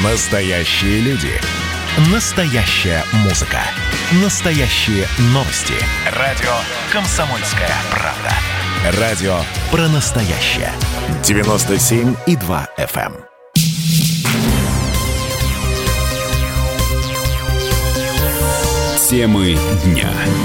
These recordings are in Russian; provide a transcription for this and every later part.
Настоящие люди. Настоящая музыка. Настоящие новости. Радио «Комсомольская правда». Радио про настоящее. 97,2 FM. Темы дня.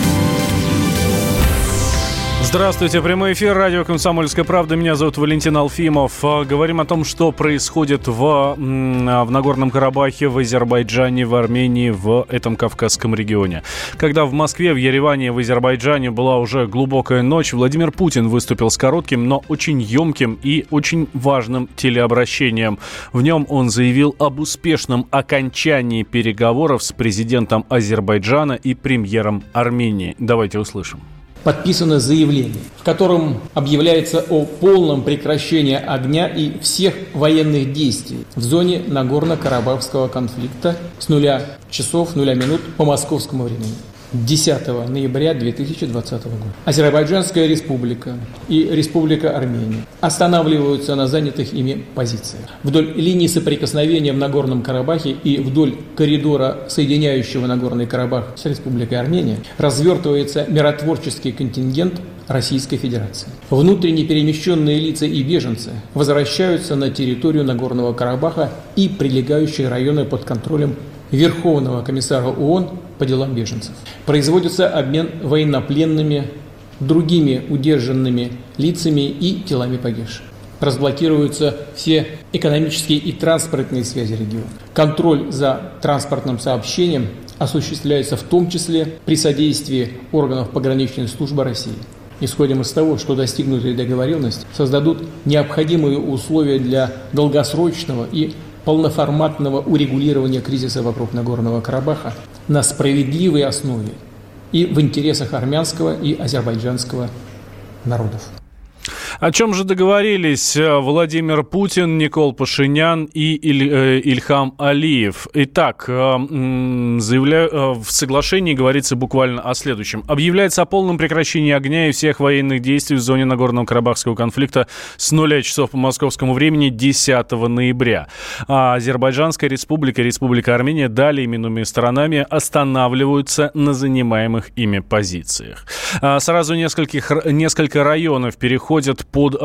Здравствуйте, прямой эфир, радио «Комсомольская правда». Меня зовут Валентин Алфимов. Говорим о том, что происходит в Нагорном Карабахе, в Азербайджане, в Армении, в этом Кавказском регионе. Когда в Москве, в Ереване, в Азербайджане была уже глубокая ночь, Владимир Путин выступил с коротким, но очень емким и очень важным телеобращением. В нем он заявил об успешном окончании переговоров с президентом Азербайджана и премьером Армении. Давайте услышим. Подписано заявление, в котором объявляется о полном прекращении огня и всех военных действий в зоне Нагорно-Карабахского конфликта с 0 часов 0 минут по московскому времени. 10 ноября 2020 года. Азербайджанская республика и Республика Армения останавливаются на занятых ими позициях. Вдоль линии соприкосновения в Нагорном Карабахе и вдоль коридора, соединяющего Нагорный Карабах с Республикой Армения, развертывается миротворческий контингент Российской Федерации. Внутренне перемещенные лица и беженцы возвращаются на территорию Нагорного Карабаха и прилегающие районы под контролем Верховного комиссара ООН по делам беженцев. Производится обмен военнопленными, другими удержанными лицами и телами погибших. Разблокируются все экономические и транспортные связи региона. Контроль за транспортным сообщением осуществляется в том числе при содействии органов пограничной службы России. Исходим из того, что достигнутые договоренности создадут необходимые условия для долгосрочного и полноформатного урегулирования кризиса вокруг Нагорного Карабаха на справедливой основе и в интересах армянского и азербайджанского народов. О чем же договорились Владимир Путин, Никол Пашинян и Ильхам Алиев? Итак, в соглашении говорится буквально о следующем. Объявляется о полном прекращении огня и всех военных действий в зоне Нагорного Карабахского конфликта с 0 часов по московскому времени 10 ноября. А Азербайджанская республика и Республика Армения, далее именуемые сторонами, останавливаются на занимаемых ими позициях. Сразу несколько районов переходят под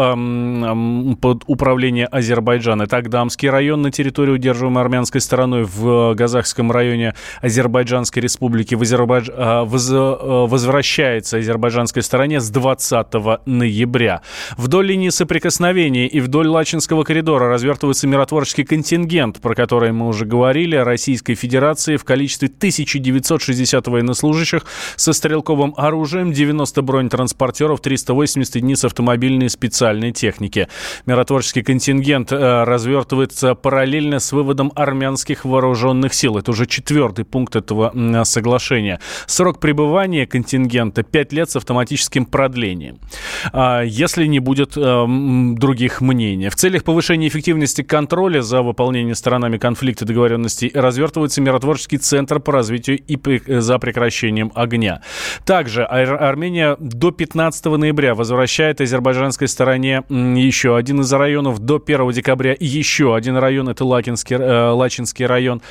управление Азербайджана. Тагдамский район на территории, удерживаемой армянской стороной, в Газахском районе Азербайджанской республики возвращается азербайджанской стороне с 20 ноября. Вдоль линии соприкосновения и вдоль Лачинского коридора развертывается миротворческий контингент, про который мы уже говорили, Российской Федерации в количестве 1960 военнослужащих со стрелковым оружием, 90 бронетранспортеров, 380 единиц автомобильной специальной техники. Миротворческий контингент развертывается параллельно с выводом армянских вооруженных сил. Это уже 4-й пункт этого соглашения. Срок пребывания контингента 5 лет с автоматическим продлением, если не будет других мнений. В целях повышения эффективности контроля за выполнением сторонами конфликта договоренностей развертывается миротворческий центр по развитию и за прекращением огня. Также Армения до 15 ноября возвращает азербайджанской стороне еще один из районов. До 1 декабря еще один район, это Лачинский район,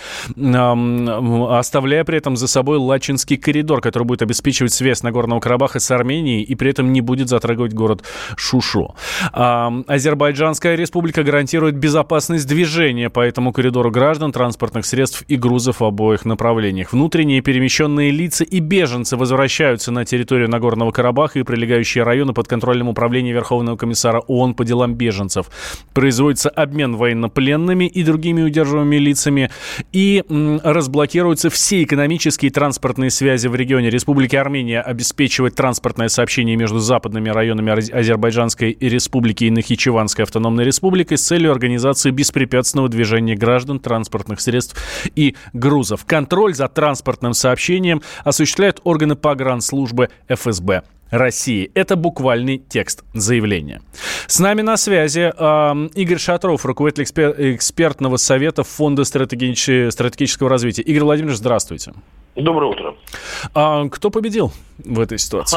оставляя при этом за собой Лачинский коридор, который будет обеспечивать связь Нагорного Карабаха с Арменией и при этом не будет затрагивать город Шушу. Азербайджанская республика гарантирует безопасность движения по этому коридору граждан, транспортных средств и грузов в обоих направлениях. Внутренние перемещенные лица и беженцы возвращаются на территорию Нагорного Карабаха и прилегающие районы под контролем управления Верховного комиссара ООН по делам беженцев. Производится обмен военнопленными и другими удерживаемыми лицами и разблокируются все экономические и транспортные связи в регионе. Республика Армения обеспечивает транспортное сообщение между западными районами Азербайджанской республики и Нахичеванской автономной республикой с целью организации беспрепятственного движения граждан, транспортных средств и грузов. Контроль за транспортным сообщением осуществляют органы погранслужбы ФСБ России. Это буквальный текст заявления. С нами на связи Игорь Шатров, руководитель экспертного совета Фонда стратегического развития. Игорь Владимирович, здравствуйте. Доброе утро. Кто победил в этой ситуации?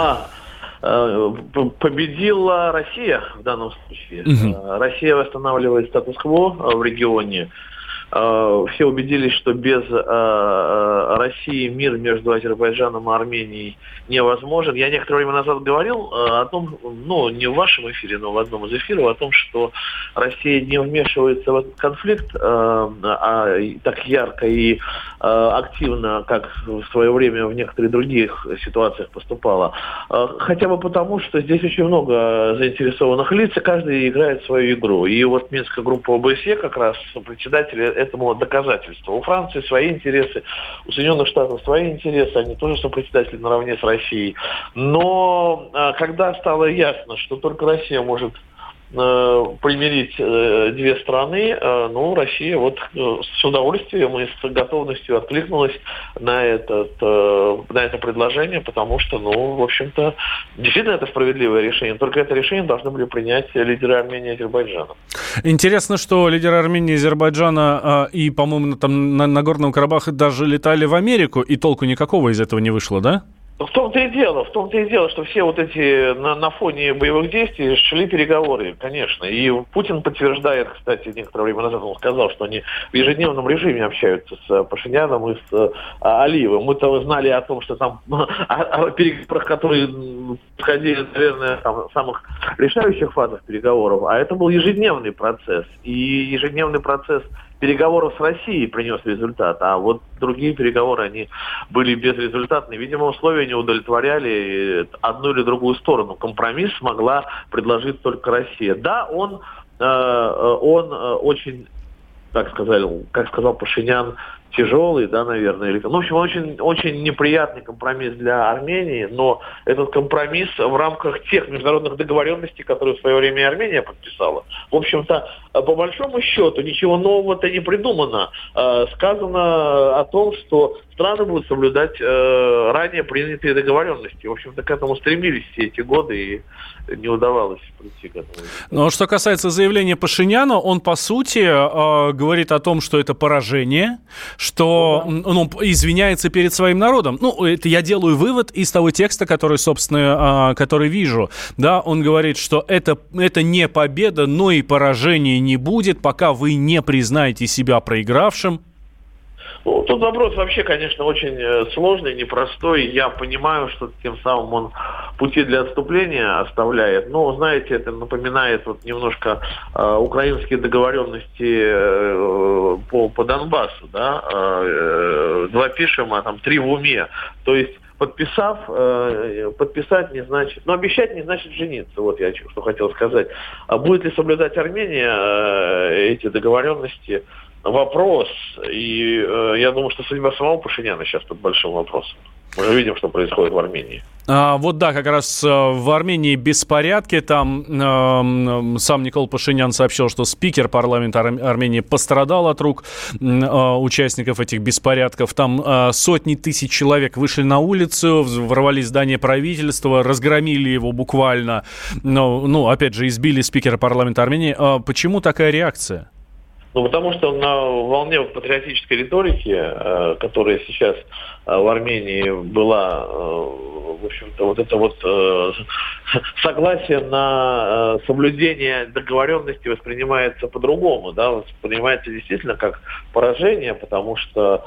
Победила Россия в данном случае. Россия восстанавливает статус-кво в регионе. все убедились, что без России мир между Азербайджаном и Арменией невозможен. Я некоторое время назад говорил о том, не в вашем эфире, но в одном из эфиров, о том, что Россия не вмешивается в этот конфликт так ярко и активно, как в свое время в некоторых других ситуациях поступала. Хотя бы потому, что здесь очень много заинтересованных лиц, и каждый играет свою игру. И вот Минская группа ОБСЕ как раз председатель этому доказательство. У Франции свои интересы, у Соединенных Штатов свои интересы, они тоже сопредседатели наравне с Россией. Но когда стало ясно, что только Россия может примирить две страны, Россия с удовольствием и с готовностью откликнулась на это предложение, потому что, в общем-то, действительно это справедливое решение. Только это решение должны были принять лидеры Армении и Азербайджана. Интересно, что лидеры Армении и Азербайджана и, по-моему, там на Нагорном Карабахе даже летали в Америку, и толку никакого из этого не вышло, да? В том-то и дело, что все вот эти на фоне боевых действий шли переговоры, конечно. И Путин подтверждает, кстати, некоторое время назад он сказал, что они в ежедневном режиме общаются с Пашиняном и с Алиевым. Мы-то знали о том, что там о переговорах, которые проходили, наверное, в самых решающих фазах переговоров, а это был ежедневный процесс. И ежедневный процесс переговоров с Россией принес результат, а вот другие переговоры, они были безрезультатны. Видимо, условия не удовлетворяли одну или другую сторону. Компромисс смогла предложить только Россия. Да, он очень, как сказал Пашинян, тяжелый, да, наверное. В общем, очень, очень неприятный компромисс для Армении, но этот компромисс в рамках тех международных договоренностей, которые в свое время и Армения подписала. В общем-то, по большому счету, ничего нового-то не придумано. Сказано о том, что страны будут соблюдать ранее принятые договоренности. В общем-то, к этому стремились все эти годы, и не удавалось прийти к этому. Но что касается заявления Пашиняна, он, по сути, говорит о том, что это поражение, что он извиняется перед своим народом. Это я делаю вывод из того текста, который, собственно, который вижу. Да, он говорит, что это не победа, но и поражения не будет, пока вы не признаете себя проигравшим. Тут вопрос вообще, конечно, очень сложный, непростой. Я понимаю, что тем самым он пути для отступления оставляет. Но, знаете, это напоминает немножко украинские договоренности по Донбассу. Да? Два пишем, а там три в уме. То есть подписать не значит... обещать не значит жениться. Вот я что хотел сказать. А будет ли соблюдать Армения эти договоренности? Вопрос. И я думаю, что судьба самого Пашиняна сейчас под большим вопросом. Мы же видим, что происходит в Армении. Как раз в Армении беспорядки. Там сам Никол Пашинян сообщил, что спикер парламента Армении пострадал от рук участников этих беспорядков. Там сотни тысяч человек вышли на улицу, ворвались в здание правительства, разгромили его буквально. Опять же, избили спикера парламента Армении. Почему такая реакция? Потому что на волне патриотической риторики, которая сейчас в Армении была, в общем-то, согласие на соблюдение договоренности воспринимается по-другому, да, воспринимается действительно как поражение, потому что,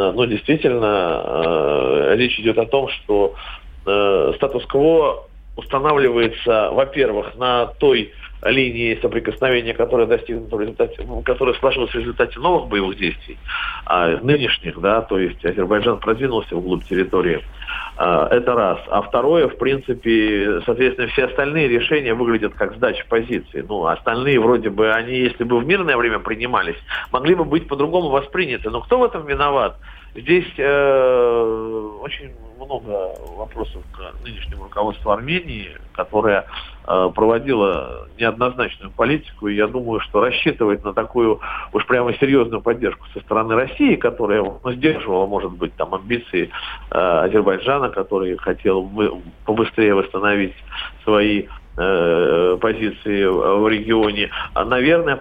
действительно, речь идет о том, что статус-кво устанавливается, во-первых, на той линии соприкосновения, которая достигнута в результате, которая сложилась в результате новых боевых действий, нынешних, да, то есть Азербайджан продвинулся вглубь территории. Это раз. А второе, в принципе, соответственно, все остальные решения выглядят как сдача позиций. Остальные вроде бы, они, если бы в мирное время принимались, могли бы быть по-другому восприняты. Но кто в этом виноват? Здесь очень много вопросов к нынешнему руководству Армении, которое проводила неоднозначную политику, и я думаю, что рассчитывать на такую уж прямо серьезную поддержку со стороны России, которая сдерживала, может быть, там амбиции Азербайджана, который хотел побыстрее восстановить свои позиции в регионе. Наверное,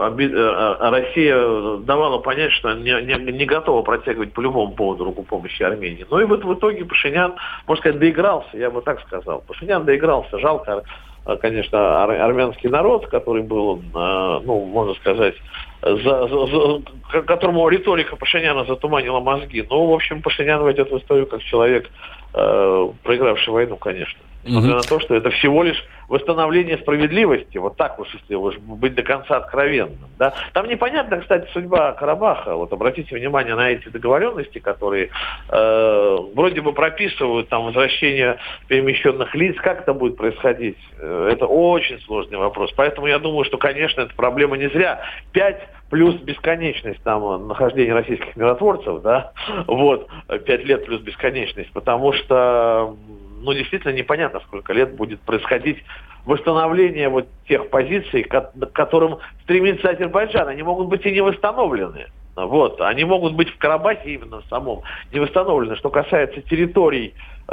Россия давала понять, что не готова протягивать по любому поводу руку помощи Армении. И в итоге Пашинян, можно сказать, доигрался, я бы так сказал. Пашинян доигрался. Жалко конечно, армянский народ, который был, можно сказать, которому риторика Пашиняна затуманила мозги. В общем, Пашинян войдет в историю как человек, проигравший войну, конечно. Несмотря на то, что это всего лишь восстановление справедливости, вот так уж, если уж быть до конца откровенным. Да? Там непонятна, кстати, судьба Карабаха. Вот обратите внимание на эти договоренности, которые вроде бы прописывают там возвращение перемещенных лиц. Как это будет происходить? Это очень сложный вопрос. Поэтому я думаю, что, конечно, эта проблема не зря. 5 плюс бесконечность там нахождения российских миротворцев, да, 5 лет плюс бесконечность, потому что действительно непонятно, сколько лет будет происходить восстановление вот тех позиций, к которым стремится Азербайджан. Они могут быть и не восстановлены. Они могут быть в Карабахе именно в самом не восстановлены. Что касается территорий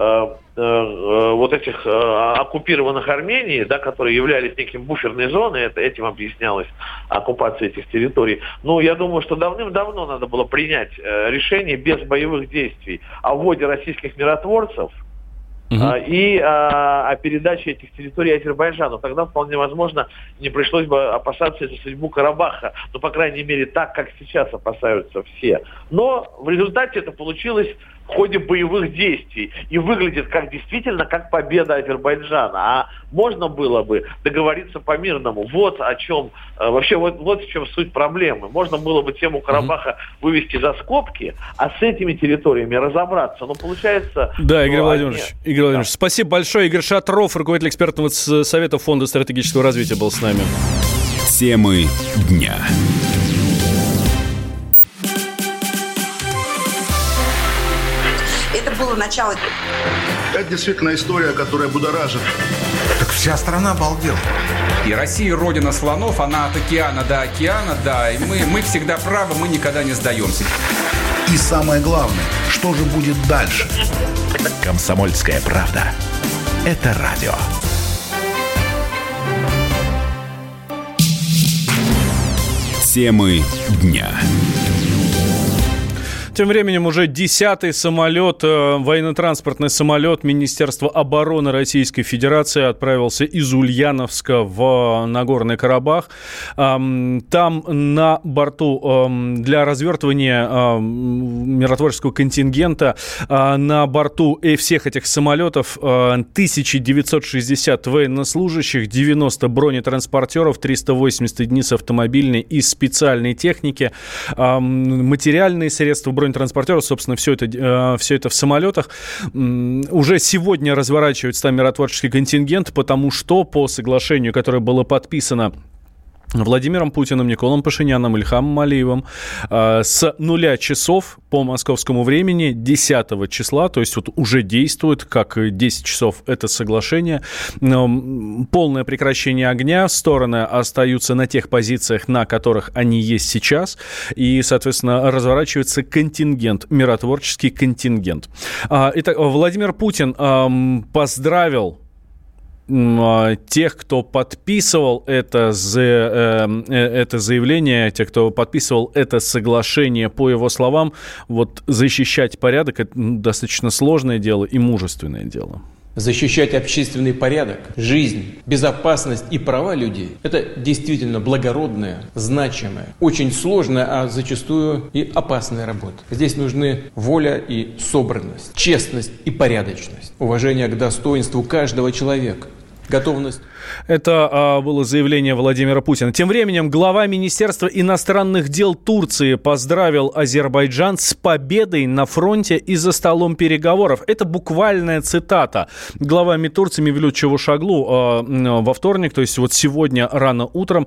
этих оккупированных Арменией, да, которые являлись неким буферной зоной, этим объяснялась оккупация этих территорий. Я думаю, что давным-давно надо было принять решение без боевых действий о вводе российских миротворцев и о передаче этих территорий Азербайджану. Тогда вполне возможно не пришлось бы опасаться за судьбу Карабаха, по крайней мере так, как сейчас опасаются все. Но в результате это получилось в ходе боевых действий и выглядит действительно как победа Азербайджана. А можно было бы договориться по-мирному. Вот о чем, вообще вот в чем суть проблемы. Можно было бы тему Карабаха вывести за скобки, а с этими территориями разобраться. Но получается... Да, Игорь Владимирович, спасибо большое. Игорь Шатров, руководитель экспертного совета Фонда стратегического развития, был с нами. Темы дня. Это было начало. Это действительно история, которая будоражит. Так вся страна обалдела. И Россия родина слонов, она от океана до океана, да. И мы всегда правы, мы никогда не сдаемся. И самое главное, что же будет дальше? «Комсомольская правда». Это радио. Темы дня. Тем временем уже 10-й самолет, военно-транспортный самолет Министерства обороны Российской Федерации отправился из Ульяновска в Нагорный Карабах. Там на борту для развертывания миротворческого контингента на борту всех этих самолетов 1960 военнослужащих, 90 бронетранспортеров, 380 единиц автомобильной и специальной техники, материальные средства бронетранспортеров, собственно, все это в самолетах. Уже сегодня разворачивается там миротворческий контингент, потому что по соглашению, которое было подписано Владимиром Путиным, Николом Пашиняном, Ильхамом Алиевым с 0 часов по московскому времени 10 числа, то есть уже действует как 10 часов это соглашение. Полное прекращение огня, стороны остаются на тех позициях, на которых они есть сейчас, и, соответственно, разворачивается контингент, миротворческий контингент. Итак, Владимир Путин поздравил тех, кто подписывал это заявление, тех, кто подписывал это соглашение, по его словам, защищать порядок – это достаточно сложное дело и мужественное дело. Защищать общественный порядок, жизнь, безопасность и права людей – это действительно благородная, значимая, очень сложная, а зачастую и опасная работа. Здесь нужны воля и собранность, честность и порядочность, уважение к достоинству каждого человека, готовность. Это было заявление Владимира Путина. Тем временем глава Министерства иностранных дел Турции поздравил Азербайджан с победой на фронте и за столом переговоров. Это буквальная цитата. Глава МИД Турции Мевлют Чавушоглу во вторник, то есть сегодня рано утром,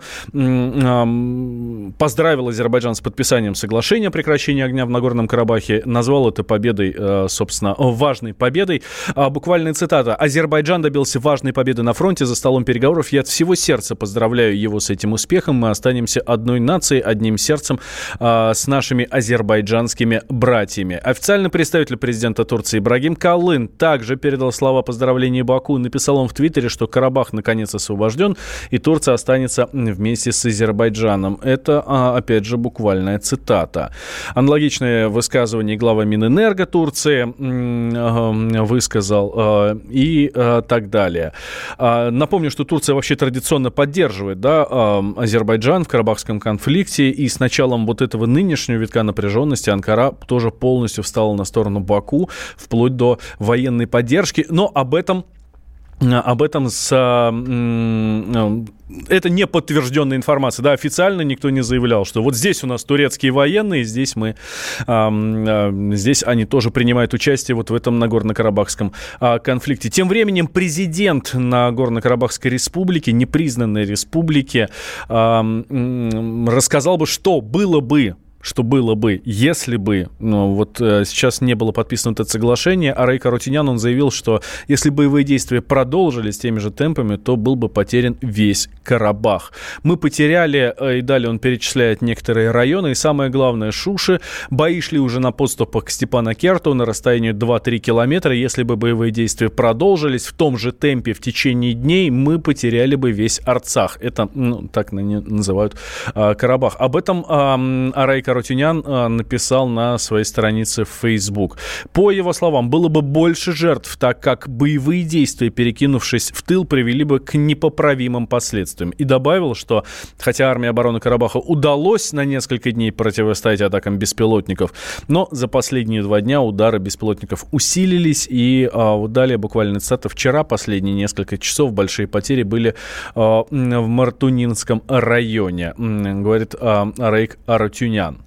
поздравил Азербайджан с подписанием соглашения о прекращении огня в Нагорном Карабахе. Назвал это победой, собственно, важной победой. Буквальная цитата. «Азербайджан добился важной победы на фронте за столом переговоров. Я от всего сердца поздравляю его с этим успехом. Мы останемся одной нацией, одним сердцем с нашими азербайджанскими братьями». Официальный представитель президента Турции Ибрагим Калын также передал слова поздравления Баку. Написал он в Твиттере, что Карабах наконец освобожден, и Турция останется вместе с Азербайджаном. Это, опять же, буквальная цитата. Аналогичное высказывание глава Минэнерго Турции высказал и так далее. Напомню, что что Турция вообще традиционно поддерживает, да, Азербайджан в Карабахском конфликте, и с началом вот этого нынешнего витка напряженности Анкара тоже полностью встала на сторону Баку, вплоть до военной поддержки, но об этом это не подтвержденная информация, да, официально никто не заявлял, что вот здесь у нас турецкие военные, здесь здесь они тоже принимают участие вот в этом Нагорно-Карабахском конфликте. Тем временем президент Нагорно-Карабахской республики, непризнанной республики, рассказал бы, что было бы, если бы сейчас не было подписано это соглашение. Арейк Арутюнян, он заявил, что если боевые действия продолжились теми же темпами, то был бы потерян весь Карабах. Мы потеряли, и далее он перечисляет некоторые районы, и самое главное, Шуши. Бои шли уже на подступах к Степанакерту на расстоянии 2-3 километра. Если бы боевые действия продолжились в том же темпе в течение дней, мы потеряли бы весь Арцах. Это, так называют Карабах. Об этом Арейк Арутюнян написал на своей странице в Facebook. По его словам, было бы больше жертв, так как боевые действия, перекинувшись в тыл, привели бы к непоправимым последствиям. И добавил, что хотя армии обороны Карабаха удалось на несколько дней противостоять атакам беспилотников, но за последние 2 дня удары беспилотников усилились, и далее, буквально цитата, вчера, последние несколько часов, большие потери были в Мартунинском районе, говорит Арейк Арутюнян.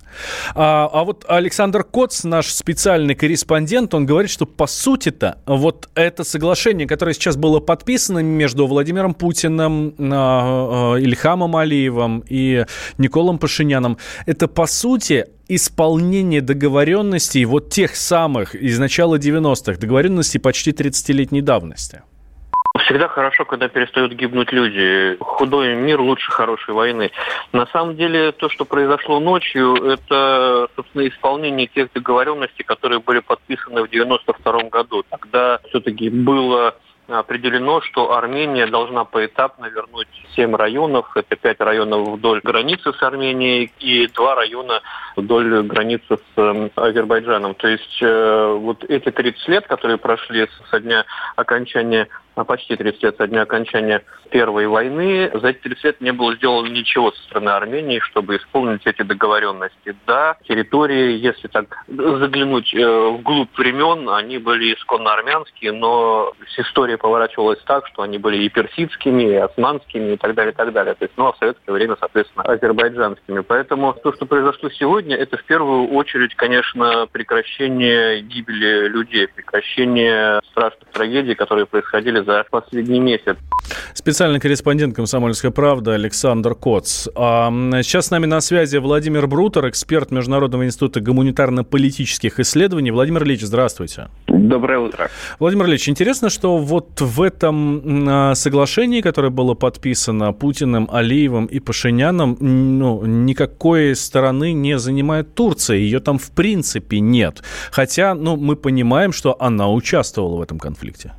А вот Александр Коц, наш специальный корреспондент, он говорит, что по сути-то вот это соглашение, которое сейчас было подписано между Владимиром Путиным, Ильхамом Алиевым и Николом Пашиняном, это по сути исполнение договоренностей вот тех самых из начала 90-х, договоренностей почти 30-летней давности. Всегда хорошо, когда перестают гибнуть люди. Худой мир лучше хорошей войны. На самом деле, то, что произошло ночью, это, собственно, исполнение тех договоренностей, которые были подписаны в 92 году. Тогда все-таки было определено, что Армения должна поэтапно вернуть 7 районов. Это 5 районов вдоль границы с Арменией и 2 района вдоль границы с Азербайджаном. То есть вот эти 30 лет, которые прошли со дня окончания, почти 30 лет со дня окончания Первой войны, за эти 30 лет не было сделано ничего со стороны Армении, чтобы исполнить эти договоренности. Да, территории, если так заглянуть вглубь времен, они были исконно армянские, но история поворачивалась так, что они были и персидскими, и османскими, и так далее, и так далее. То есть, а в советское время, соответственно, азербайджанскими. Поэтому то, что произошло сегодня, это в первую очередь, конечно, прекращение гибели людей, прекращение страшных трагедий, которые происходили за последний месяц. Специальный корреспондент «Комсомольской правды» Александр Коц. Сейчас с нами на связи Владимир Брутер, эксперт Международного института гуманитарно-политических исследований. Владимир Ильич, здравствуйте. Доброе утро. Владимир Ильич, интересно, что вот в этом соглашении, которое было подписано Путиным, Алиевым и Пашиняном, никакой стороны не занимает Турция. Ее там в принципе нет. Хотя, мы понимаем, что она участвовала в этом конфликте.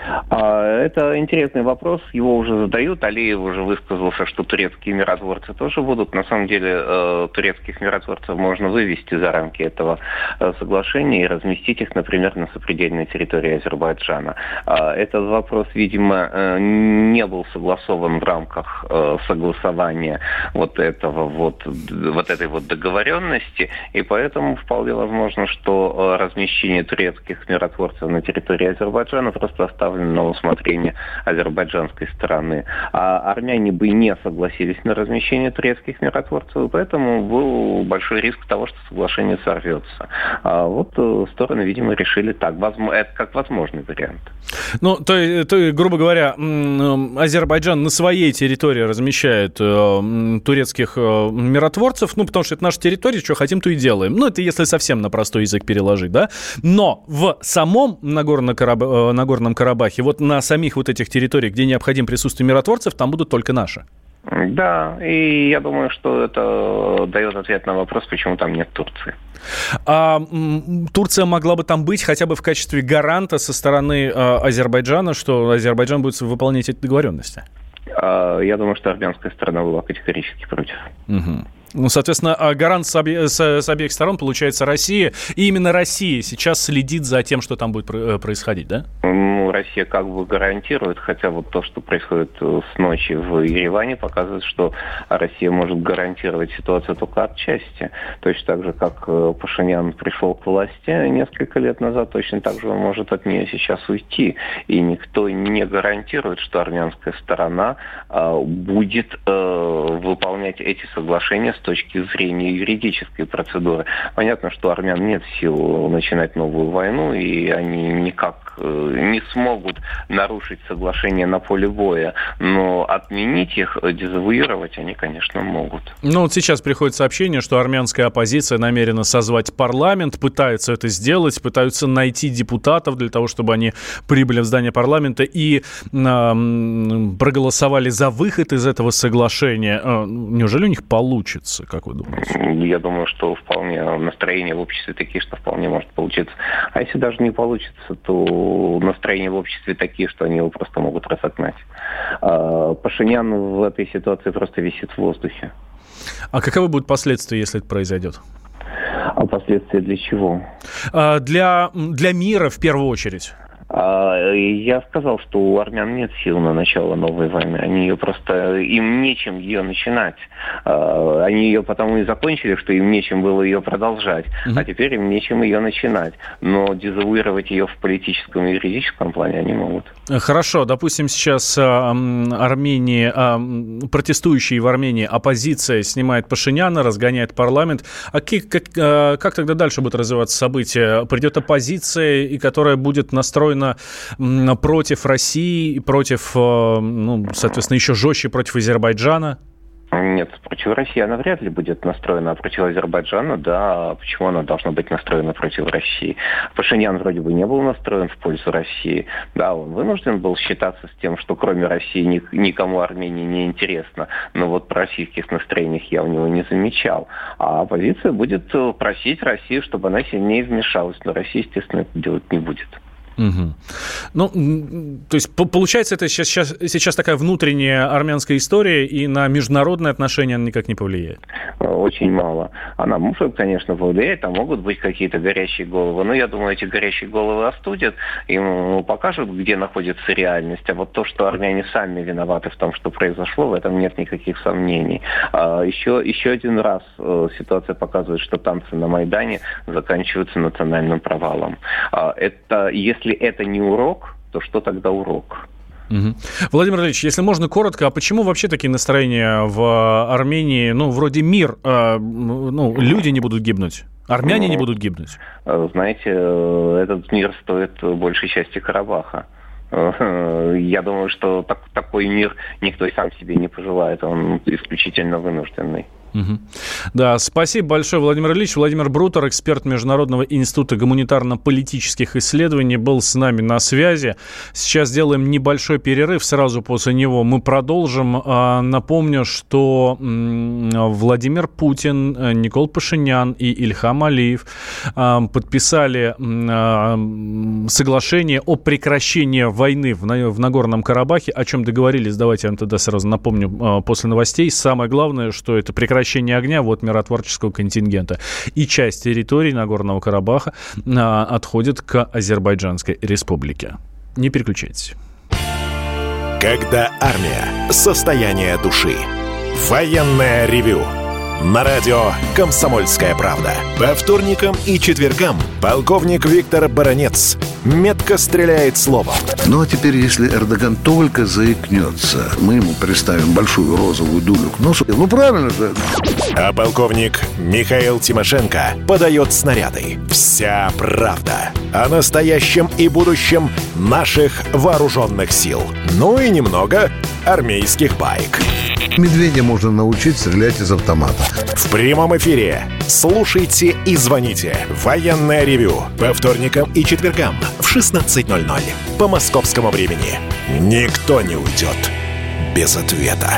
Это интересный вопрос, его уже задают. Алиев уже высказался, что турецкие миротворцы тоже будут. На самом деле турецких миротворцев можно вывести за рамки этого соглашения и разместить их, например, на сопредельной территории Азербайджана. Этот вопрос, видимо, не был согласован в рамках согласования вот этой договоренности, и поэтому вполне возможно, что размещение турецких миротворцев на территории Азербайджана просто оставлено на усмотрение азербайджанской стороны. А армяне бы не согласились на размещение турецких миротворцев, и поэтому был большой риск того, что соглашение сорвется. А вот стороны, видимо, решили так. Это как возможный вариант. Грубо говоря, Азербайджан на своей территории размещает турецких миротворцев, потому что это наша территория, что хотим, то и делаем. Это если совсем на простой язык переложить, да? Но в самом Нагорном Карабахе, вот на самих вот этих территориях, где необходимо присутствие миротворцев, там будут только наши. Да, и я думаю, что это дает ответ на вопрос, почему там нет Турции. Турция могла бы там быть хотя бы в качестве гаранта со стороны Азербайджана, что Азербайджан будет выполнять эти договоренности? Я думаю, что армянская сторона была категорически против. Угу. Ну, соответственно, гарант с обеих сторон, получается, Россия. И именно Россия сейчас следит за тем, что там будет происходить, да? Ну, Россия как бы гарантирует, хотя вот то, что происходит с ночи в Ереване, показывает, что Россия может гарантировать ситуацию только отчасти. Точно так же, как Пашинян пришел к власти несколько лет назад, точно так же он может от нее сейчас уйти. И никто не гарантирует, что армянская сторона будет выполнять эти соглашения с точки зрения юридической процедуры. Понятно, что у армян нет сил начинать новую войну, и они никак не смогут нарушить соглашение на поле боя, но отменить их, дезавуировать они, конечно, могут. Ну вот сейчас приходит сообщение, что армянская оппозиция намерена созвать парламент, пытаются это сделать, пытаются найти депутатов для того, чтобы они прибыли в здание парламента и проголосовали за выход из этого соглашения. Неужели у них получится, как вы думаете? Я думаю, что вполне настроения в обществе такие, что вполне может получиться. А если даже не получится, то настроения в обществе такие, что они его просто могут разогнать. Пашинян в этой ситуации просто висит в воздухе. А каковы будут последствия, если это произойдет? А последствия для чего? Для мира в первую очередь. Я сказал, что у армян нет сил на начало новой войны. Им нечем ее начинать. Они ее потому и закончили, что им нечем было ее продолжать. А теперь им нечем ее начинать. Но дезавуировать ее в политическом и юридическом плане они могут. Хорошо. Допустим, сейчас протестующие в Армении оппозиция снимает Пашиняна, разгоняет парламент. А как тогда дальше будут развиваться события? Придет оппозиция, и которая будет настроена против России, против, соответственно, еще жестче против Азербайджана? Нет, против России она вряд ли будет настроена, а против Азербайджана, да. Почему она должна быть настроена против России? Пашинян вроде бы не был настроен в пользу России. Да, он вынужден был считаться с тем, что кроме России никому Армении не интересно. Но вот про российских настроениях я у него не замечал. А оппозиция будет просить Россию, чтобы она сильнее вмешалась. Но Россия, естественно, это делать не будет. Угу. Ну, то есть, получается, это сейчас такая внутренняя армянская история, и на международные отношения она никак не повлияет? Очень мало. Она может, конечно, повлиять, там могут быть какие-то горящие головы, но я думаю, эти горящие головы остудят, им покажут, где находится реальность. А вот то, что армяне сами виноваты в том, что произошло, в этом нет никаких сомнений. Еще один раз ситуация показывает, что танцы на Майдане заканчиваются национальным провалом. Если это не урок, то что тогда урок? Угу. Владимир Ильич, если можно коротко, а почему вообще такие настроения в Армении, вроде мир, люди не будут гибнуть? Армяне не будут гибнуть? Знаете, этот мир стоит большей части Карабаха. Я думаю, что такой мир никто и сам себе не пожелает, он исключительно вынужденный. Угу. Да, спасибо большое, Владимир Ильич. Владимир Брутер, эксперт Международного института гуманитарно-политических исследований, был с нами на связи. Сейчас сделаем небольшой перерыв, сразу после него мы продолжим. Напомню, что Владимир Путин, Никол Пашинян и Ильхам Алиев подписали соглашение о прекращении войны в Нагорном Карабахе, о чем договорились, давайте я вам тогда сразу напомню после новостей. Самое главное, что это прекращение огня миротворческого контингента. И часть территории Нагорного Карабаха отходит к Азербайджанской республике. Не переключайтесь. Когда армия. Состояние души. Военное ревю. На радио «Комсомольская правда». По вторникам и четвергам полковник Виктор Баранец метко стреляет словом. Ну а теперь, если Эрдоган только заикнется, мы ему приставим большую розовую дулю к носу. Ну правильно же. А полковник Михаил Тимошенко подает снаряды. Вся правда о настоящем и будущем наших вооруженных сил. Ну и немного армейских баек. Медведя можно научить стрелять из автомата. В прямом эфире слушайте и звоните. Военное ревю по вторникам и четвергам в 16:00 по московскому времени. Никто не уйдет без ответа.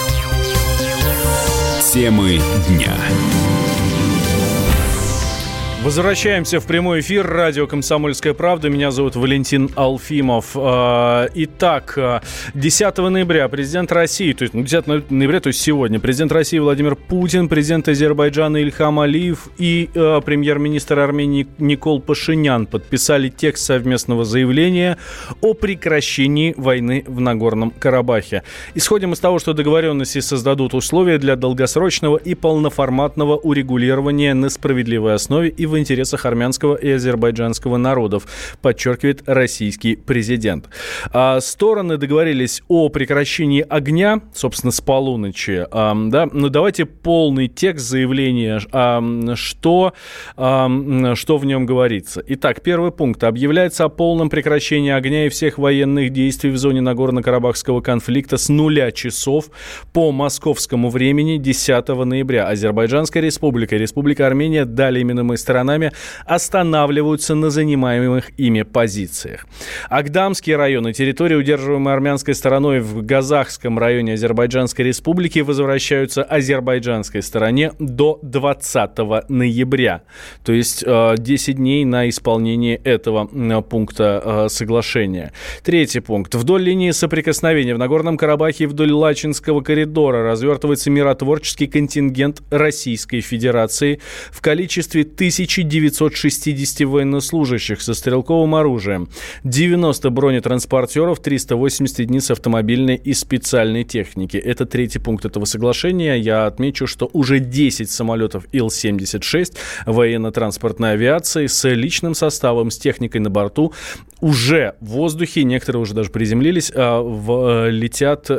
Темы дня. Возвращаемся в прямой эфир. Радио «Комсомольская правда». Меня зовут Валентин Алфимов. Итак, 10 ноября президент России, то есть 10 ноября, то есть сегодня, президент России Владимир Путин, президент Азербайджана Ильхам Алиев и премьер-министр Армении Никол Пашинян подписали текст совместного заявления о прекращении войны в Нагорном Карабахе. Исходим из того, что договоренности создадут условия для долгосрочного и полноформатного урегулирования на справедливой основе и в интересах армянского и азербайджанского народов, подчеркивает российский президент. Стороны договорились о прекращении огня, собственно, с полуночи. Но давайте полный текст заявления, что в нем говорится. Итак, первый пункт. Объявляется о полном прекращении огня и всех военных действий в зоне Нагорно-Карабахского конфликта с 0 часов по московскому времени 10 ноября. Азербайджанская республика и Республика Армения, далее именуемые сторонами, останавливаются на занимаемых ими позициях. Агдамские районы, территории, удерживаемые армянской стороной в Газахском районе Азербайджанской республики, возвращаются азербайджанской стороне до 20 ноября. То есть 10 дней на исполнение этого пункта соглашения. Третий пункт. Вдоль линии соприкосновения в Нагорном Карабахе и вдоль Лачинского коридора развертывается миротворческий контингент Российской Федерации в количестве 1960 военнослужащих со стрелковым оружием, 90 бронетранспортеров, 380 единиц автомобильной и специальной техники. Это третий пункт этого соглашения. Я отмечу, что уже 10 самолетов Ил-76 военно-транспортной авиации с личным составом, с техникой на борту уже в воздухе, некоторые уже даже приземлились, летят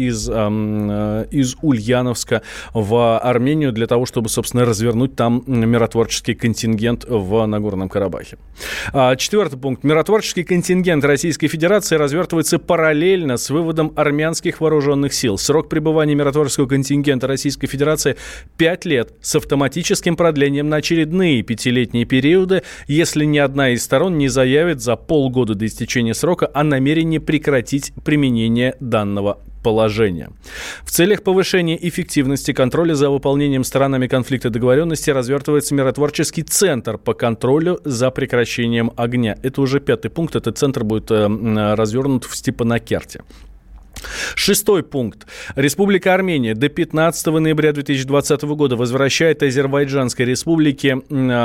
из Ульяновска в Армению для того, чтобы, собственно, развернуть там миротворческий контингент в Нагорном Карабахе. Четвертый пункт. Миротворческий контингент Российской Федерации развертывается параллельно с выводом армянских вооруженных сил. Срок пребывания миротворческого контингента Российской Федерации 5 лет с автоматическим продлением на очередные 5-летние периоды, если ни одна из сторон не заявит за полгода до истечения срока о намерении прекратить применение данного положения. В целях повышения эффективности контроля за выполнением сторонами конфликта договоренности развертывается миротворческий центр по контролю за прекращением огня. Это уже 5-й пункт. Этот центр будет развернут в Степанакерте. 6-й пункт. Республика Армения до 15 ноября 2020 года возвращает Азербайджанской республике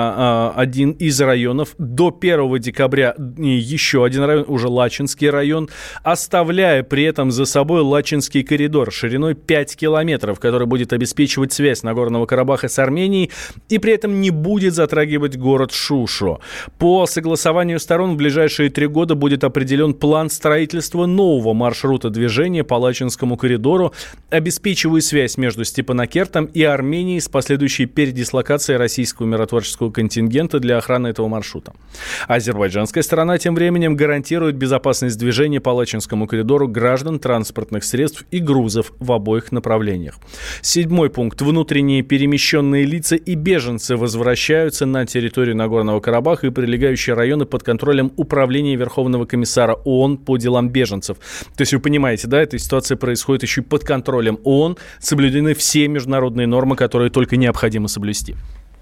один из районов. До 1 декабря еще один район, уже Лачинский район, оставляя при этом за собой Лачинский коридор шириной 5 километров, который будет обеспечивать связь Нагорного Карабаха с Арменией и при этом не будет затрагивать город Шушу. По согласованию сторон в ближайшие 3 года будет определен план строительства нового маршрута движения по Лачинскому коридору, обеспечивая связь между Степанакертом и Арменией с последующей передислокацией российского миротворческого контингента для охраны этого маршрута. Азербайджанская сторона тем временем гарантирует безопасность движения по Лачинскому коридору граждан, транспортных средств и грузов в обоих направлениях. 7-й пункт. Внутренние перемещенные лица и беженцы возвращаются на территорию Нагорного Карабаха и прилегающие районы под контролем Управления Верховного комиссара ООН по делам беженцев. То есть вы понимаете, да, эта ситуация происходит еще и под контролем ООН. Соблюдены все международные нормы, которые только необходимо соблюсти.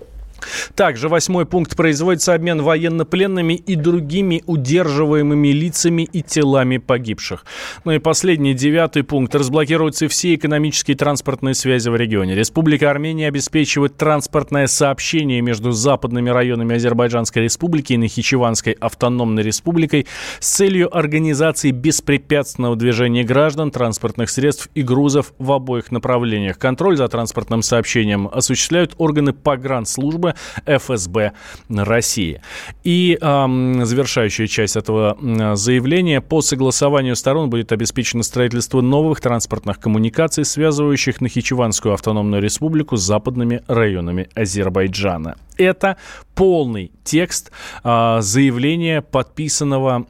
Также 8-й пункт. Производится обмен военнопленными и другими удерживаемыми лицами и телами погибших. Ну и последний, 9-й пункт. Разблокируются все экономические и транспортные связи в регионе. Республика Армения обеспечивает транспортное сообщение между западными районами Азербайджанской республики и Нахичеванской автономной республикой с целью организации беспрепятственного движения граждан, транспортных средств и грузов в обоих направлениях. Контроль за транспортным сообщением осуществляют органы погранслужбы ФСБ России. И завершающая часть этого заявления. По согласованию сторон будет обеспечено строительство новых транспортных коммуникаций, связывающих Нахичеванскую автономную республику с западными районами Азербайджана. Это полный текст заявления, подписанного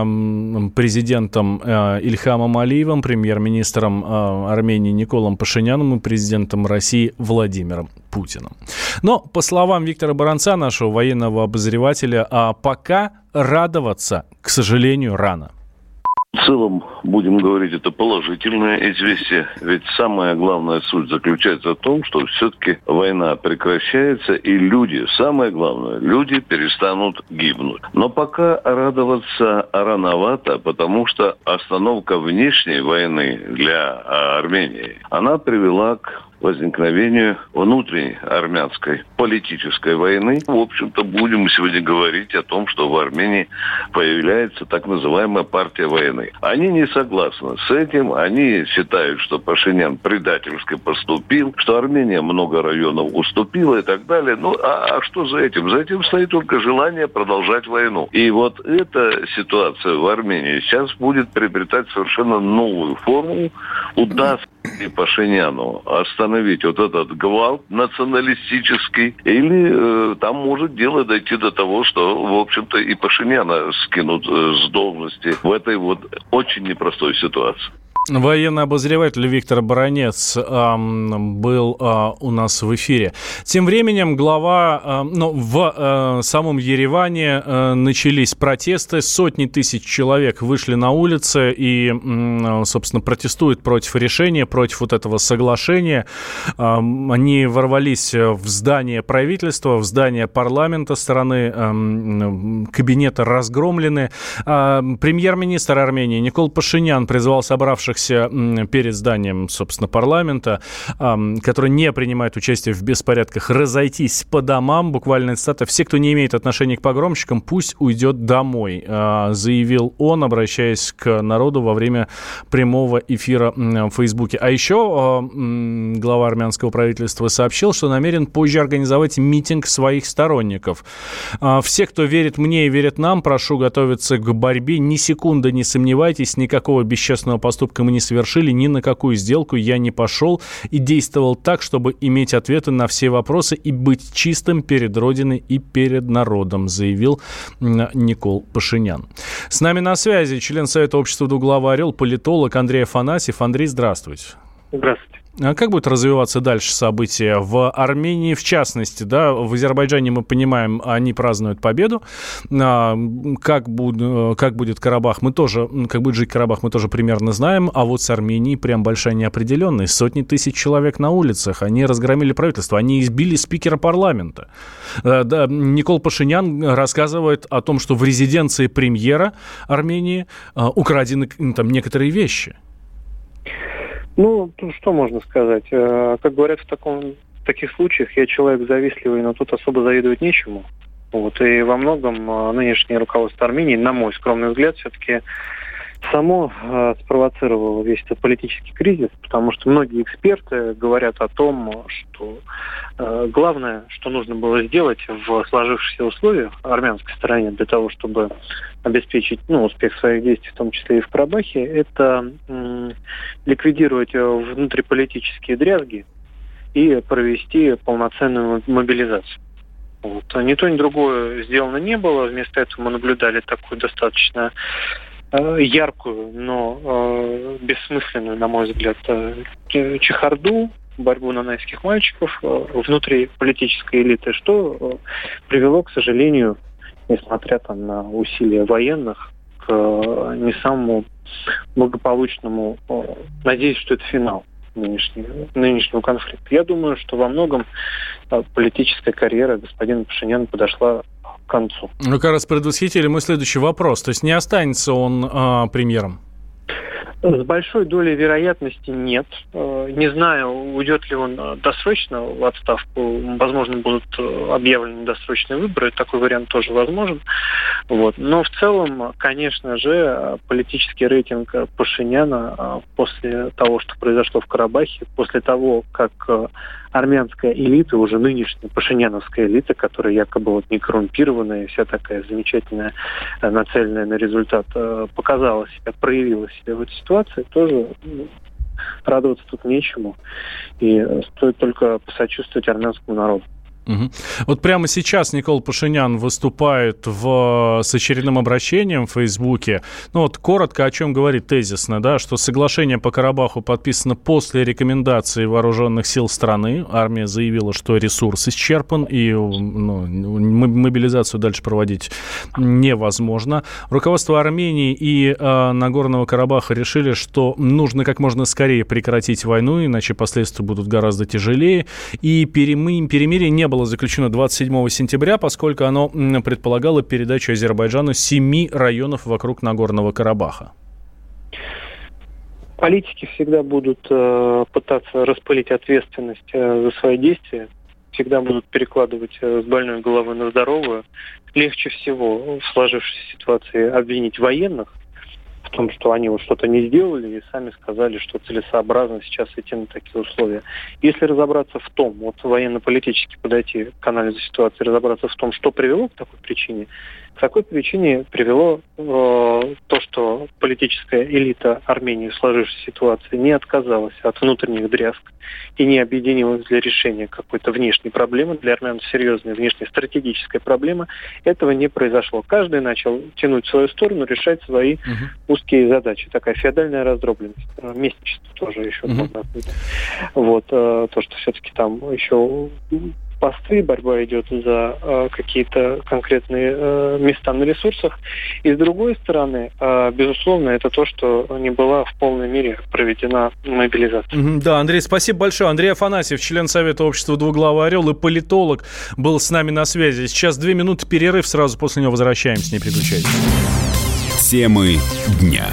президентом Ильхамом Алиевым, премьер-министром Армении Николом Пашиняном и президентом России Владимиром Путиным. Но, по словам Виктора Баранца, нашего военного обозревателя, пока радоваться, к сожалению, рано. В целом, будем говорить, это положительное известие, ведь самая главная суть заключается в том, что все-таки война прекращается, и люди, самое главное, люди перестанут гибнуть. Но пока радоваться рановато, потому что остановка внешней войны для Армении, она привела к возникновению внутренней армянской политической войны. В общем-то, будем сегодня говорить о том, что в Армении появляется так называемая партия войны. Они не согласны с этим, они считают, что Пашинян предательски поступил, что Армения много районов уступила и так далее. Ну, а что за этим? За этим стоит только желание продолжать войну. И вот эта ситуация в Армении сейчас будет приобретать совершенно новую форму. Удастся ли Пашиняну остановить вот этот гвалт националистический, или там может дело дойти до того, что, в общем-то, и Пашиняна скинут с должности в этой вот очень непростой ситуации. Военный обозреватель Виктор Баранец был у нас в эфире. Тем временем в самом Ереване начались протесты. Сотни тысяч человек вышли на улицы и, собственно, протестуют против решения, против вот этого соглашения. Они ворвались в здание правительства, в здание парламента, стороны кабинета разгромлены. Премьер-министр Армении Никол Пашинян призвал собравшихся перед зданием, собственно, парламента, которые не принимают участие в беспорядках, разойтись по домам. Буквально цитата: «Все, кто не имеет отношения к погромщикам, пусть уйдет домой», заявил он, обращаясь к народу во время прямого эфира в Фейсбуке. А еще глава армянского правительства сообщил, что намерен позже организовать митинг своих сторонников. «Все, кто верит мне и верит нам, прошу готовиться к борьбе. Ни секунды не сомневайтесь, никакого бесчестного поступка мы не совершили, ни на какую сделку я не пошел и действовал так, чтобы иметь ответы на все вопросы и быть чистым перед Родиной и перед народом», заявил Никол Пашинян. С нами на связи член Совета общества «Дуглава Орел», политолог Андрей Афанасьев. Андрей, здравствуйте. Здравствуйте. А как будет развиваться дальше события в Армении, в частности, да? В Азербайджане, мы понимаем, они празднуют победу. Как будет Карабах, как будет жить Карабах, мы тоже примерно знаем. А вот с Арменией прям большая неопределенность. Сотни тысяч человек на улицах. Они разгромили правительство. Они избили спикера парламента. Никол Пашинян рассказывает о том, что в резиденции премьера Армении украдены там некоторые вещи. Ну, тут что можно сказать? Как говорят в таких случаях, я человек завистливый, но тут особо завидовать нечему. Вот. И во многом нынешнее руководство Армении, на мой скромный взгляд, все-таки само спровоцировало весь этот политический кризис, потому что многие эксперты говорят о том, что главное, что нужно было сделать в сложившихся условиях армянской стороне для того, чтобы обеспечить успех своих действий, в том числе и в Карабахе, это ликвидировать внутриполитические дрязги и провести полноценную мобилизацию. Вот. Ни то, ни другое сделано не было. Вместо этого мы наблюдали такую достаточно яркую, но бессмысленную, на мой взгляд, чехарду, борьбу нанайских мальчиков внутри политической элиты, что привело, к сожалению, несмотря на усилия военных, к не самому благополучному, надеюсь, что это финал нынешнего конфликта. Я думаю, что во многом политическая карьера господина Пашиняна подошла к концу. Ну, как раз предвосхитили мой следующий вопрос. То есть не останется он премьером? С большой долей вероятности нет. Не знаю, уйдет ли он досрочно в отставку. Возможно, будут объявлены досрочные выборы. Такой вариант тоже возможен. Вот. Но в целом, конечно же, политический рейтинг Пашиняна после того, что произошло в Карабахе, после того, как армянская элита, уже нынешняя пашиняновская элита, которая якобы не коррумпированная, вся такая замечательная, нацеленная на результат, показала себя, проявила себя в этой ситуации, тоже радоваться тут нечему. И стоит только посочувствовать армянскому народу. Вот прямо сейчас Никол Пашинян выступает с очередным обращением в Фейсбуке. Ну вот коротко о чем говорит тезисно, да, что соглашение по Карабаху подписано после рекомендаций вооруженных сил страны. Армия заявила, что ресурс исчерпан и мобилизацию дальше проводить невозможно. Руководство Армении и Нагорного Карабаха решили, что нужно как можно скорее прекратить войну, иначе последствия будут гораздо тяжелее. И перемирие не было заключено 27 сентября, поскольку оно предполагало передачу Азербайджану 7 районов вокруг Нагорного Карабаха. Политики всегда будут пытаться распылить ответственность за свои действия, всегда будут перекладывать с больной головы на здоровую. Легче всего в сложившейся ситуации обвинить военных в том, что они вот что-то не сделали и сами сказали, что целесообразно сейчас идти на такие условия. Если разобраться в том, вот военно-политически подойти к анализу ситуации, разобраться в том, что привело к такой причине, к такой причине привело то, что политическая элита Армении в сложившейся ситуации не отказалась от внутренних дрязг и не объединилась для решения какой-то внешней проблемы, для армян серьезной внешней стратегической проблемы, этого не произошло. Каждый начал тянуть в свою сторону, решать свои узкие задачи. Такая феодальная раздробленность. Местничество тоже еще можно отметить. Вот, то, что все-таки там еще посты, борьба идет за какие-то конкретные места на ресурсах. И с другой стороны, безусловно, это то, что не была в полной мере проведена мобилизация. Да, Андрей, спасибо большое. Андрей Афанасьев, член Совета общества «Двуглавый орел» и политолог, был с нами на связи. Сейчас 2 минуты перерыв, сразу после него возвращаемся, не переключайтесь. Темы дня.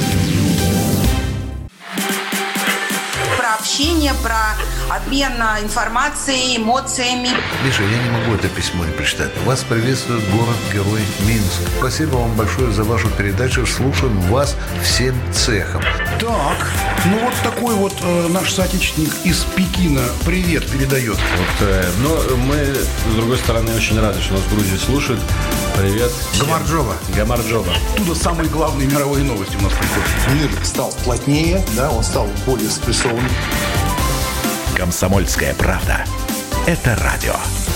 Про общение, про обмен информацией, эмоциями. Миша, я не могу это письмо не прочитать. Вас приветствует город-герой Минск. Спасибо вам большое за вашу передачу. Слушаем вас всем цехом. Так, ну вот такой вот наш соотечественник из Пекина привет передает. Но мы, с другой стороны, очень рады, что нас в Грузии слушают. Привет. Гамарджоба. Оттуда самые главные мировые новости у нас приходят. Мир стал плотнее, да, он стал более спрессованным. «Комсомольская правда». Это радио.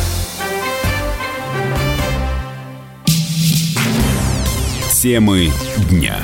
Темы дня.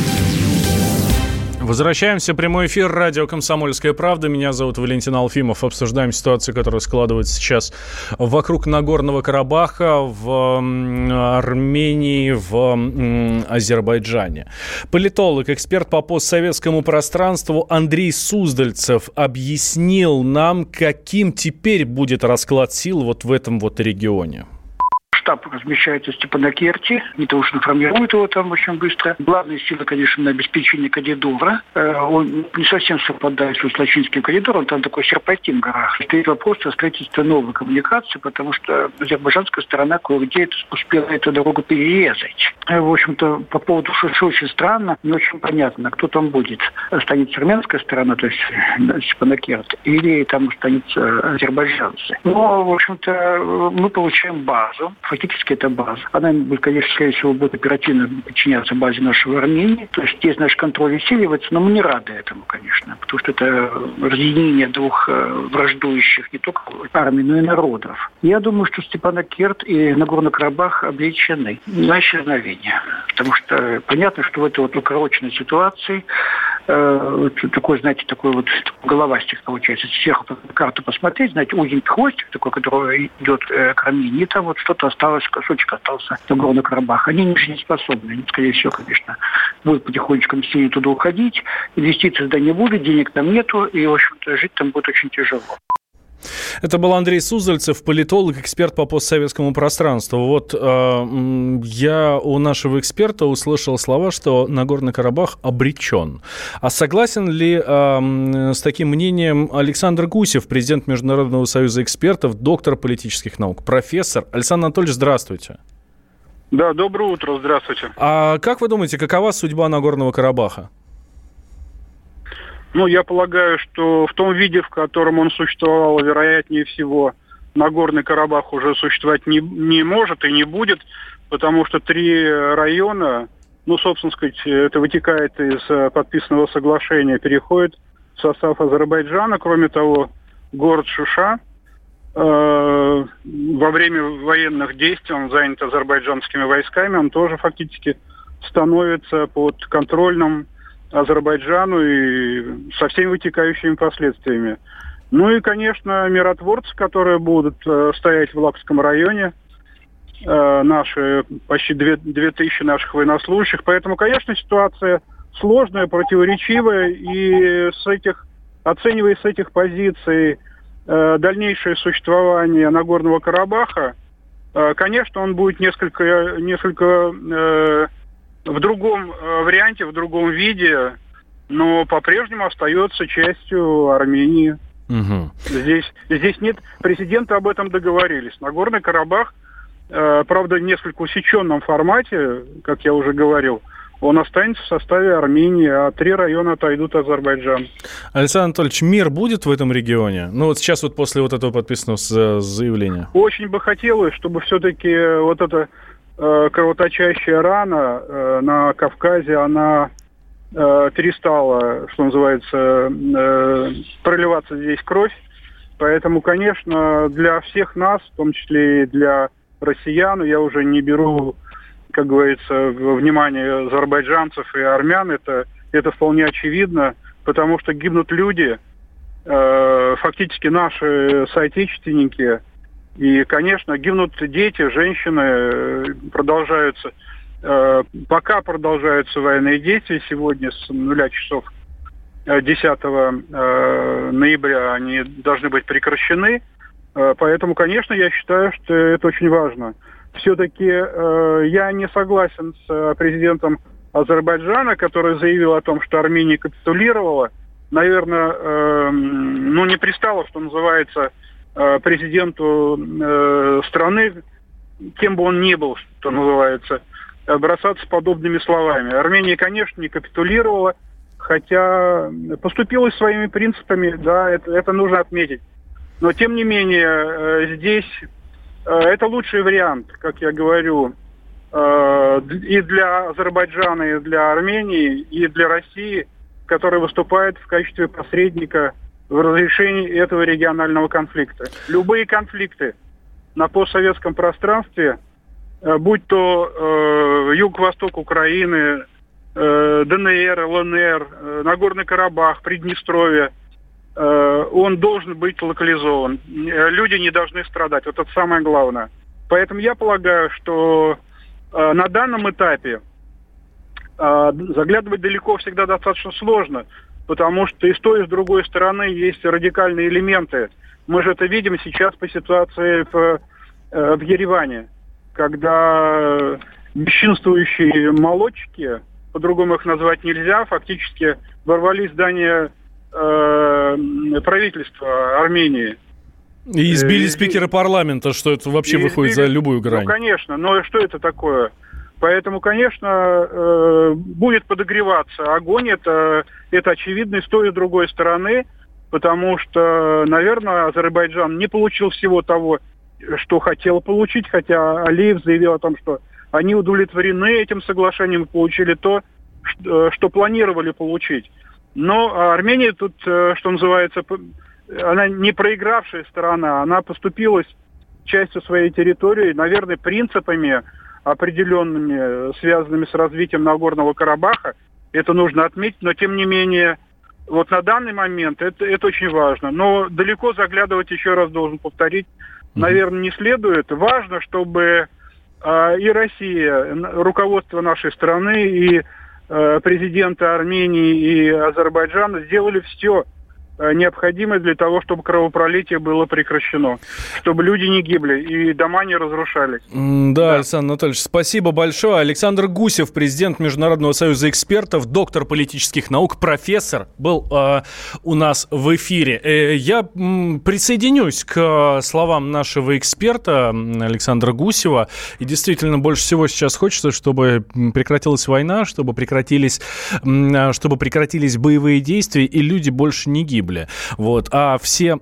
Возвращаемся в прямой эфир. Радио «Комсомольская правда». Меня зовут Валентин Алфимов. Обсуждаем ситуацию, которая складывается сейчас вокруг Нагорного Карабаха, в Армении, в Азербайджане. Политолог, эксперт по постсоветскому пространству Андрей Суздальцев объяснил нам, каким теперь будет расклад сил вот в этом вот регионе. Штаб размещается в Степанакерте, не то что формирует его там очень быстро. Главные силы, конечно, на обеспечение коридора. Он не совсем совпадает с Лачинским коридором, там такой серпантин в горах. Стоит вопрос о строительстве новой коммуникации, потому что азербайджанская сторона кое-где успела эту дорогу перерезать. В общем-то, по поводу Шуши очень странно, не очень понятно, кто там будет. Останется армянская сторона, то есть Степанакерт, или там останется азербайджанцы. Но, в общем-то, мы получаем базу. Фактически это база. Она, конечно, скорее всего, будет оперативно подчиняться базе нашего Армении. То есть здесь наш контроль усиливается, но мы не рады этому, конечно. Потому что это разъединение двух враждующих не только армий, но и народов. Я думаю, что Степанакерт и Нагорный Карабах обречены на исчезновение. Потому что понятно, что в этой вот укороченной ситуации такой, знаете, такой вот головастик получается. Сверху на карту посмотреть, знаете, узенький хвостик такой, который идет к Армении, и там вот что-то осталось, кусочек остался в Нагорный Карабах. Они не способны. Они, скорее всего, конечно, будут потихонечку население туда уходить. Инвестиций туда не будет, денег там нету, и, в общем-то, жить там будет очень тяжело. Это был Андрей Суздальцев, политолог, эксперт по постсоветскому пространству. Вот я у нашего эксперта услышал слова, что Нагорный Карабах обречен. А согласен ли с таким мнением Александр Гусев, президент Международного союза экспертов, доктор политических наук, профессор? Александр Анатольевич, здравствуйте. Да, доброе утро, здравствуйте. А как вы думаете, какова судьба Нагорного Карабаха? Ну, я полагаю, что в том виде, в котором он существовал, вероятнее всего, Нагорный Карабах уже существовать не может и не будет, потому что 3 района, ну, собственно сказать, это вытекает из подписанного соглашения, переходит в состав Азербайджана. Кроме того, город Шуша во время военных действий, он занят азербайджанскими войсками, он тоже фактически становится под контролем Азербайджану и со всеми вытекающими последствиями. Ну и, конечно, миротворцы, которые будут стоять в Лакском районе, наши почти 2000 наших военнослужащих. Поэтому, конечно, ситуация сложная, противоречивая, и оценивая с этих позиций дальнейшее существование Нагорного Карабаха, конечно, он будет несколько в другом варианте, в другом виде, но по-прежнему остается частью Армении. Угу. Здесь нет... Президенты об этом договорились. Нагорный Карабах, правда, в несколько усеченном формате, как я уже говорил, он останется в составе Армении, а 3 района отойдут Азербайджан. Александр Анатольевич, мир будет в этом регионе? Ну вот сейчас вот после вот этого подписанного заявления. Очень бы хотелось, чтобы все-таки вот эта кровоточащая рана на Кавказе, она перестала, что называется, проливаться здесь кровь. Поэтому, конечно, для всех нас, в том числе и для россиян, я уже не беру, как говорится, внимание азербайджанцев и армян, это вполне очевидно, потому что гибнут люди, фактически наши соотечественники, и, конечно, гибнут дети, женщины, пока продолжаются военные действия, сегодня с 0 часов 10 ноября они должны быть прекращены, поэтому, конечно, я считаю, что это очень важно. Все-таки я не согласен с президентом Азербайджана, который заявил о том, что Армения капитулировала. Наверное, не пристало, что называется, президенту страны, кем бы он ни был, что называется, бросаться подобными словами. Армения, конечно, не капитулировала, хотя поступила своими принципами, да, это нужно отметить. Но, тем не менее, здесь это лучший вариант, как я говорю, и для Азербайджана, и для Армении, и для России, который выступает в качестве посредника в разрешении этого регионального конфликта. Любые конфликты на постсоветском пространстве, будь то юго-восток Украины, ДНР, ЛНР, Нагорный Карабах, Приднестровье, он должен быть локализован. Люди не должны страдать. Вот это самое главное. Поэтому я полагаю, что на данном этапе заглядывать далеко всегда достаточно сложно, потому что и с той, и с другой стороны есть радикальные элементы. Мы же это видим сейчас по ситуации в Ереване, когда бесчинствующие молодчики, по-другому их назвать нельзя, фактически ворвались в здание правительства Армении. И избили спикера парламента, что это вообще выходит за любую грань. Ну, конечно, но что это такое? Поэтому, конечно, будет подогреваться огонь, это очевидно и с той и с другой стороны, потому что, наверное, Азербайджан не получил всего того, что хотел получить, хотя Алиев заявил о том, что они удовлетворены этим соглашением и получили то, что планировали получить. Но Армения тут, что называется, она не проигравшая сторона, она поступилась частью своей территории, наверное, принципами определенными, связанными с развитием Нагорного Карабаха. Это нужно отметить, но тем не менее, вот на данный момент это очень важно. Но далеко заглядывать, еще раз должен повторить, наверное, не следует. Важно, чтобы и Россия, руководство нашей страны, и президенты Армении и Азербайджана сделали все необходимое для того, чтобы кровопролитие было прекращено, чтобы люди не гибли и дома не разрушались. Да, Александр Анатольевич, спасибо большое. Александр Гусев, президент Международного союза экспертов, доктор политических наук, профессор, был у нас в эфире. Я присоединюсь к словам нашего эксперта Александра Гусева. И действительно, больше всего сейчас хочется, чтобы прекратилась война, чтобы прекратились боевые действия, и люди больше не гибли. Вот. А все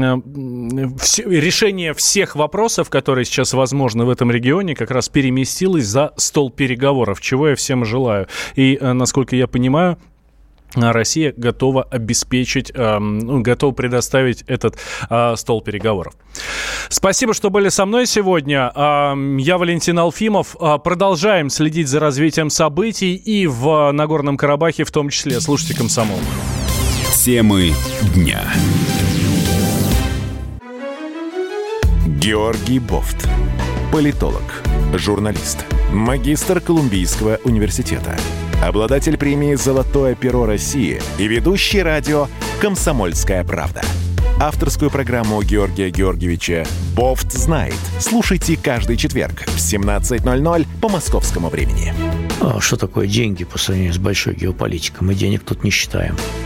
решение всех вопросов, которые сейчас возможны в этом регионе, как раз переместилось за стол переговоров, чего я всем желаю. И, насколько я понимаю, Россия готова обеспечить, готова предоставить этот стол переговоров. Спасибо, что были со мной сегодня. Я Валентин Алфимов. Продолжаем следить за развитием событий и в Нагорном Карабахе в том числе. Слушайте «Комсомол». Темы дня. Георгий Бофт. Политолог, журналист, магистр Колумбийского университета, обладатель премии «Золотое перо России» и ведущий радио «Комсомольская правда». Авторскую программу Георгия Георгиевича «Бофт знает». Слушайте каждый четверг в 17:00 по московскому времени. Что такое деньги по сравнению с большой геополитикой? Мы денег тут не считаем.